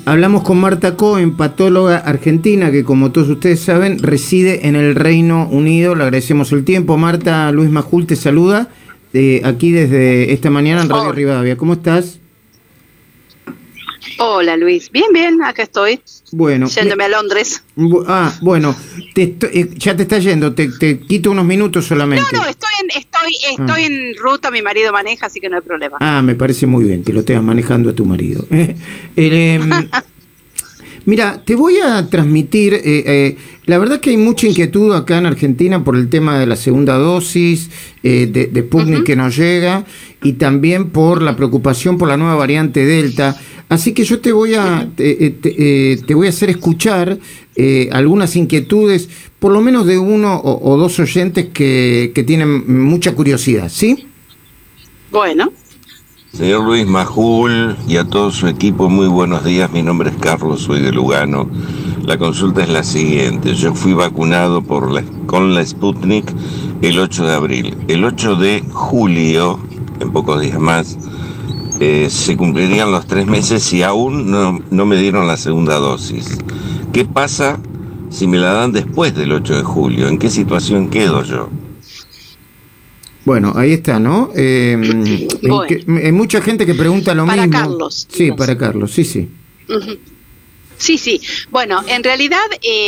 Hablamos con Marta Cohen, patóloga argentina, que como todos ustedes saben, reside en el Reino Unido. Le agradecemos el tiempo. Marta, Luis Majul te saluda aquí desde esta mañana en Radio Rivadavia. ¿Cómo estás? Hola Luis, bien, acá estoy. Bueno, yéndome a Londres. Bueno, ya te está yendo, te quito unos minutos solamente. No, estoy en ruta, mi marido maneja, así que no hay problema. Me parece muy bien que lo estés manejando a tu marido. Mira, te voy a transmitir, la verdad que hay mucha inquietud acá en Argentina por el tema de la segunda dosis de Sputnik que nos llega, y también por la preocupación por la nueva variante Delta. Así que yo te voy a hacer escuchar algunas inquietudes, por lo menos de uno o dos oyentes que tienen mucha curiosidad, ¿sí? Bueno. Señor Luis Majul y a todo su equipo, muy buenos días. Mi nombre es Carlos, soy de Lugano. La consulta es la siguiente. Yo fui vacunado con la Sputnik el 8 de abril. El 8 de julio, en pocos días más, se cumplirían los 3 meses y aún no me dieron la segunda dosis. ¿Qué pasa si me la dan después del 8 de julio? ¿En qué situación quedo yo? Bueno, ahí está, ¿no? Hay mucha gente que pregunta lo mismo. Para Carlos. Sí, para Carlos, sí. Uh-huh. Sí. Bueno, en realidad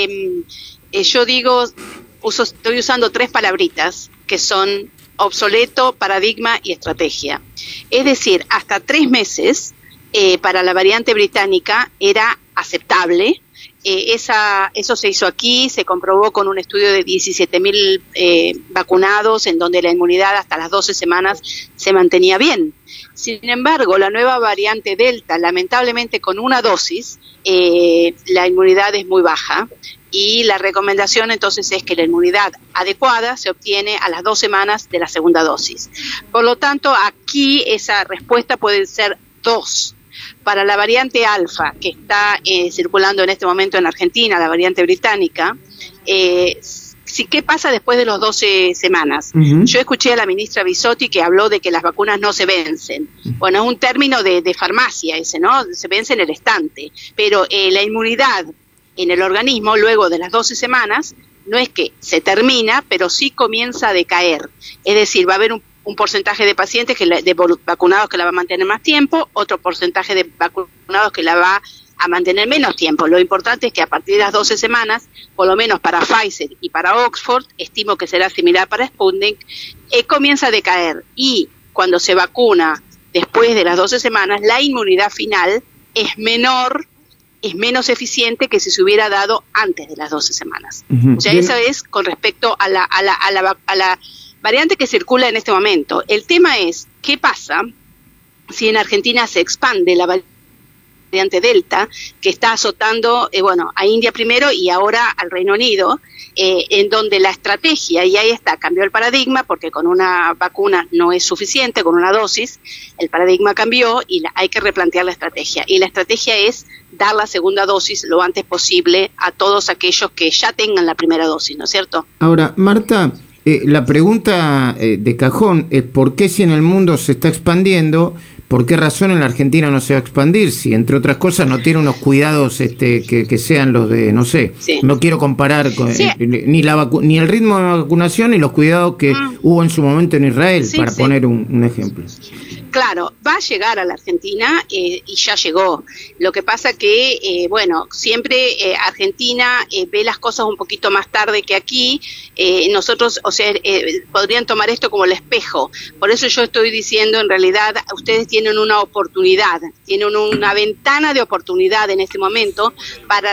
yo digo, estoy usando 3 palabritas que son obsoleto, paradigma y estrategia. Es decir, hasta 3 meses para la variante británica era aceptable. Eso se hizo aquí, se comprobó con un estudio de 17.000 vacunados, en donde la inmunidad hasta las 12 semanas se mantenía bien. Sin embargo, la nueva variante Delta, lamentablemente con una dosis, la inmunidad es muy baja, y la recomendación entonces es que la inmunidad adecuada se obtiene a las 2 semanas de la segunda dosis. Por lo tanto, aquí esa respuesta puede ser 2. Para la variante alfa, que está circulando en este momento en Argentina, la variante británica, ¿qué pasa después de las 12 semanas? Uh-huh. Yo escuché a la ministra Bisotti que habló de que las vacunas no se vencen. Bueno, es un término de farmacia ese, ¿no? Se vence en el estante. Pero la inmunidad en el organismo, luego de las 12 semanas, no es que se termina, pero sí comienza a decaer. Es decir, va a haber un porcentaje de pacientes de vacunados que la va a mantener más tiempo, otro porcentaje de vacunados que la va a mantener menos tiempo. Lo importante es que a partir de las 12 semanas, por lo menos para Pfizer y para Oxford, estimo que será similar para Sputnik, comienza a decaer. Y cuando se vacuna después de las 12 semanas, la inmunidad final es menor, es menos eficiente que si se hubiera dado antes de las 12 semanas. Uh-huh. O sea, eso es con respecto a la variante que circula en este momento. El tema es, ¿qué pasa si en Argentina se expande la variante Delta, que está azotando, a India primero y ahora al Reino Unido, en donde la estrategia, y ahí está, cambió el paradigma, porque con una vacuna no es suficiente, con una dosis, el paradigma cambió y hay que replantear la estrategia. Y la estrategia es dar la segunda dosis lo antes posible a todos aquellos que ya tengan la primera dosis, ¿no es cierto? Ahora, Marta, la pregunta de cajón es ¿por qué, si en el mundo se está expandiendo, por qué razón en la Argentina no se va a expandir? Si entre otras cosas no tiene unos cuidados que sean los de, no sé, sí. No quiero comparar con, sí. ni el ritmo de vacunación ni los cuidados que hubo en su momento en Israel, para poner un ejemplo. Claro, va a llegar a la Argentina y ya llegó. Lo que pasa que, siempre Argentina ve las cosas un poquito más tarde que aquí. Nosotros, podrían tomar esto como el espejo. Por eso yo estoy diciendo, en realidad, ustedes tienen una oportunidad, tienen una ventana de oportunidad en este momento para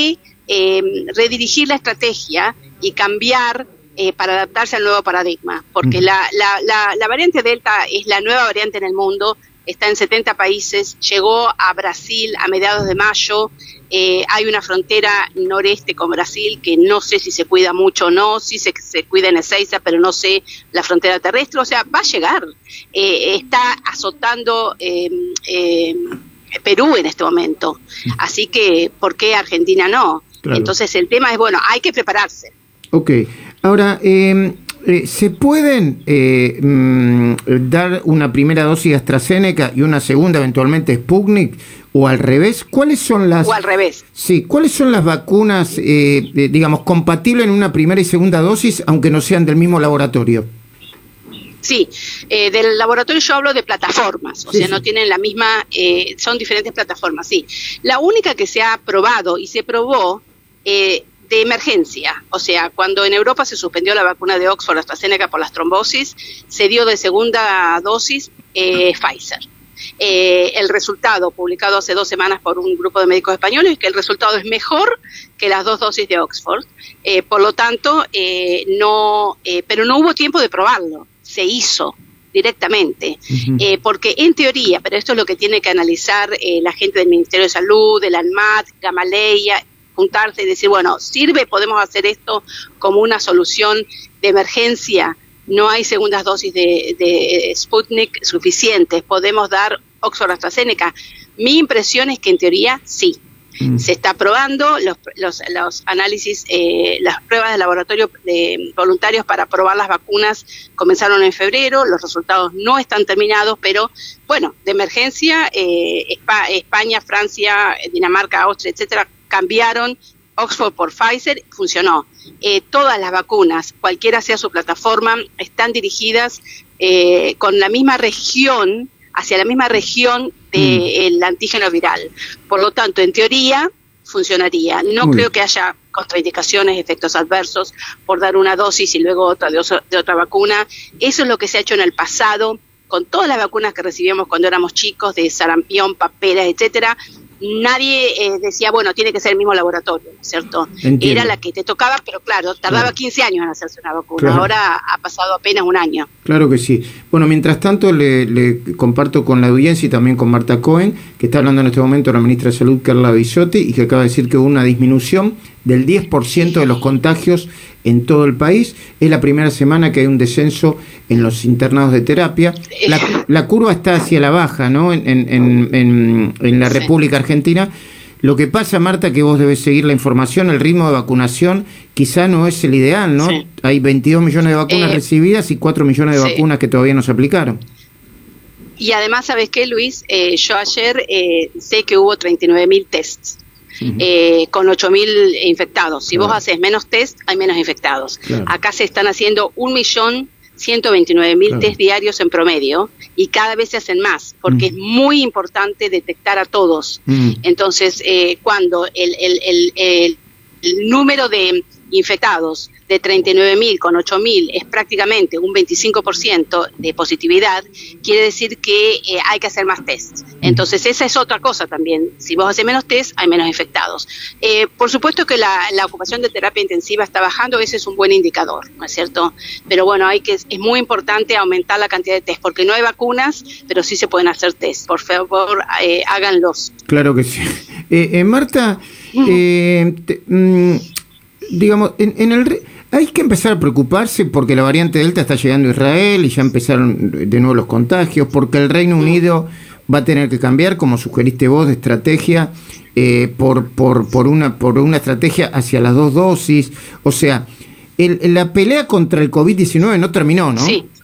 redirigir la estrategia y cambiar para adaptarse al nuevo paradigma, porque la variante Delta es la nueva variante en el mundo, está en 70 países, llegó a Brasil a mediados de mayo, hay una frontera noreste con Brasil que no sé si se cuida mucho o no, sí se cuida en Ezeiza, pero no sé la frontera terrestre, o sea, va a llegar, está azotando Perú en este momento, así que ¿por qué Argentina no? Claro. Entonces el tema es, hay que prepararse. Ok, ahora, ¿se pueden dar una primera dosis de AstraZeneca y una segunda eventualmente Sputnik o al revés. ¿Cuáles son las... O al revés. Sí, ¿cuáles son las vacunas, digamos, compatibles en una primera y segunda dosis, aunque no sean del mismo laboratorio? Sí, del laboratorio yo hablo de plataformas, o sea, no tienen la misma, son diferentes plataformas, sí. La única que se ha probado y se probó de emergencia, o sea, cuando en Europa se suspendió la vacuna de Oxford AstraZeneca por las trombosis, se dio de segunda dosis Pfizer. El resultado publicado hace 2 semanas por un grupo de médicos españoles es que el resultado es mejor que las 2 dosis de Oxford, por lo tanto, pero no hubo tiempo de probarlo. Se hizo directamente, porque en teoría, pero esto es lo que tiene que analizar la gente del Ministerio de Salud, del ANMAT, Gamaleya, juntarse y decir, bueno, ¿sirve? ¿Podemos hacer esto como una solución de emergencia? No hay segundas dosis de Sputnik suficientes, podemos dar Oxford AstraZeneca. Mi impresión es que en teoría sí. Se está probando los análisis, las pruebas de laboratorio de voluntarios para probar las vacunas comenzaron en febrero, los resultados no están terminados, pero bueno, de emergencia, España, Francia, Dinamarca, Austria, etcétera, cambiaron Oxford por Pfizer, funcionó. Todas las vacunas, cualquiera sea su plataforma, están dirigidas con la misma región, hacia la misma región del antígeno viral. Por lo tanto, en teoría, funcionaría. No creo que haya contraindicaciones, efectos adversos por dar una dosis y luego otra de otra vacuna. Eso es lo que se ha hecho en el pasado con todas las vacunas que recibíamos cuando éramos chicos, de sarampión, paperas, etcétera. Nadie decía, bueno, tiene que ser el mismo laboratorio, ¿no es cierto? Entiendo. Era la que te tocaba, pero claro, tardaba 15 años en hacerse una vacuna, ahora ha pasado apenas 1 año. Claro que sí. Bueno, mientras tanto le comparto con la audiencia y también con Marta Cohen, que está hablando en este momento la ministra de Salud, Carla Bisotti, y que acaba de decir que hubo una disminución del 10% de los contagios en todo el país. Es la primera semana que hay un descenso en los internados de terapia. La curva está hacia la baja, ¿no? En la República Argentina. Lo que pasa, Marta, que vos debes seguir la información, el ritmo de vacunación quizá no es el ideal, ¿no? Sí. Hay 22 millones de vacunas recibidas y 4 millones de vacunas que todavía no se aplicaron. Y además, ¿sabes qué, Luis? Yo ayer sé que hubo 39.000 tests. Con 8.000 infectados. Si vos haces menos test, hay menos infectados. Acá se están haciendo 1.129.000 test diarios en promedio y cada vez se hacen más, porque es muy importante detectar a todos. Entonces, cuando el número de infectados de 39.000 con 8.000 es prácticamente un 25% de positividad, quiere decir que hay que hacer más tests. Entonces esa es otra cosa también. Si vos haces menos tests, hay menos infectados. Por supuesto que la ocupación de terapia intensiva está bajando, ese es un buen indicador, ¿no es cierto? Pero bueno, es muy importante aumentar la cantidad de tests, porque no hay vacunas, pero sí se pueden hacer tests. Por favor, háganlos. Claro que sí. Marta, digamos, hay que empezar a preocuparse porque la variante Delta está llegando a Israel y ya empezaron de nuevo los contagios, porque el Reino Unido va a tener que cambiar, como sugeriste vos, de estrategia por una estrategia hacia las 2 dosis. O sea, la pelea contra el COVID-19 no terminó, ¿no? Sí.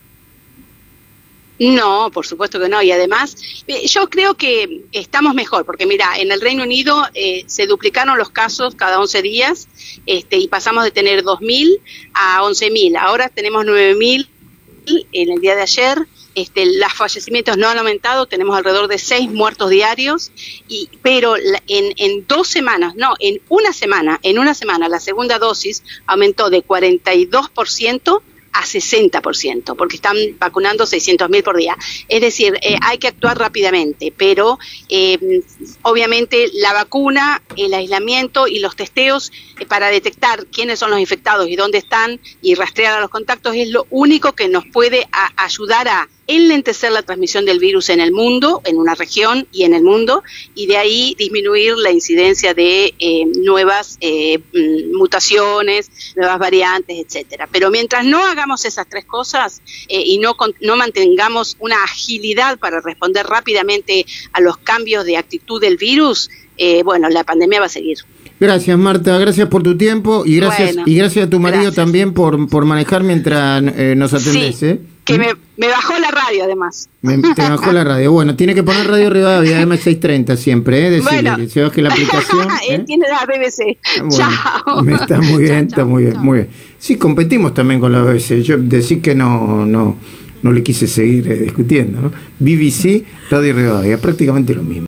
No, por supuesto que no, y además yo creo que estamos mejor, porque mira, en el Reino Unido se duplicaron los casos cada 11 días y pasamos de tener 2.000 a 11.000, ahora tenemos 9.000 en el día de ayer. Los fallecimientos no han aumentado, tenemos alrededor de 6 muertos diarios, pero en 2 semanas, no, en una semana, la segunda dosis aumentó de 42% a 60%, porque están vacunando 600.000 por día. Es decir, hay que actuar rápidamente, pero obviamente la vacuna, el aislamiento y los testeos para detectar quiénes son los infectados y dónde están y rastrear a los contactos es lo único que nos puede ayudar a enlentecer la transmisión del virus en el mundo, en una región y en el mundo, y de ahí disminuir la incidencia de nuevas mutaciones, nuevas variantes, etcétera. Pero mientras no hagamos esas 3 cosas y no mantengamos una agilidad para responder rápidamente a los cambios de actitud del virus, bueno, la pandemia va a seguir. Gracias, Marta, gracias por tu tiempo y gracias a tu marido también por manejar mientras nos atendés. Sí. Que me bajó la radio, además. Te bajó la radio. Bueno, tiene que poner Radio Rivadavia, M630 siempre, decirle que se baje la aplicación. Él tiene la BBC. Bueno, Chao. Está muy bien, está muy bien, muy bien. Sí, competimos también con la BBC. Yo decir que no le quise seguir discutiendo, ¿no? BBC, Radio Rivadavia, prácticamente lo mismo.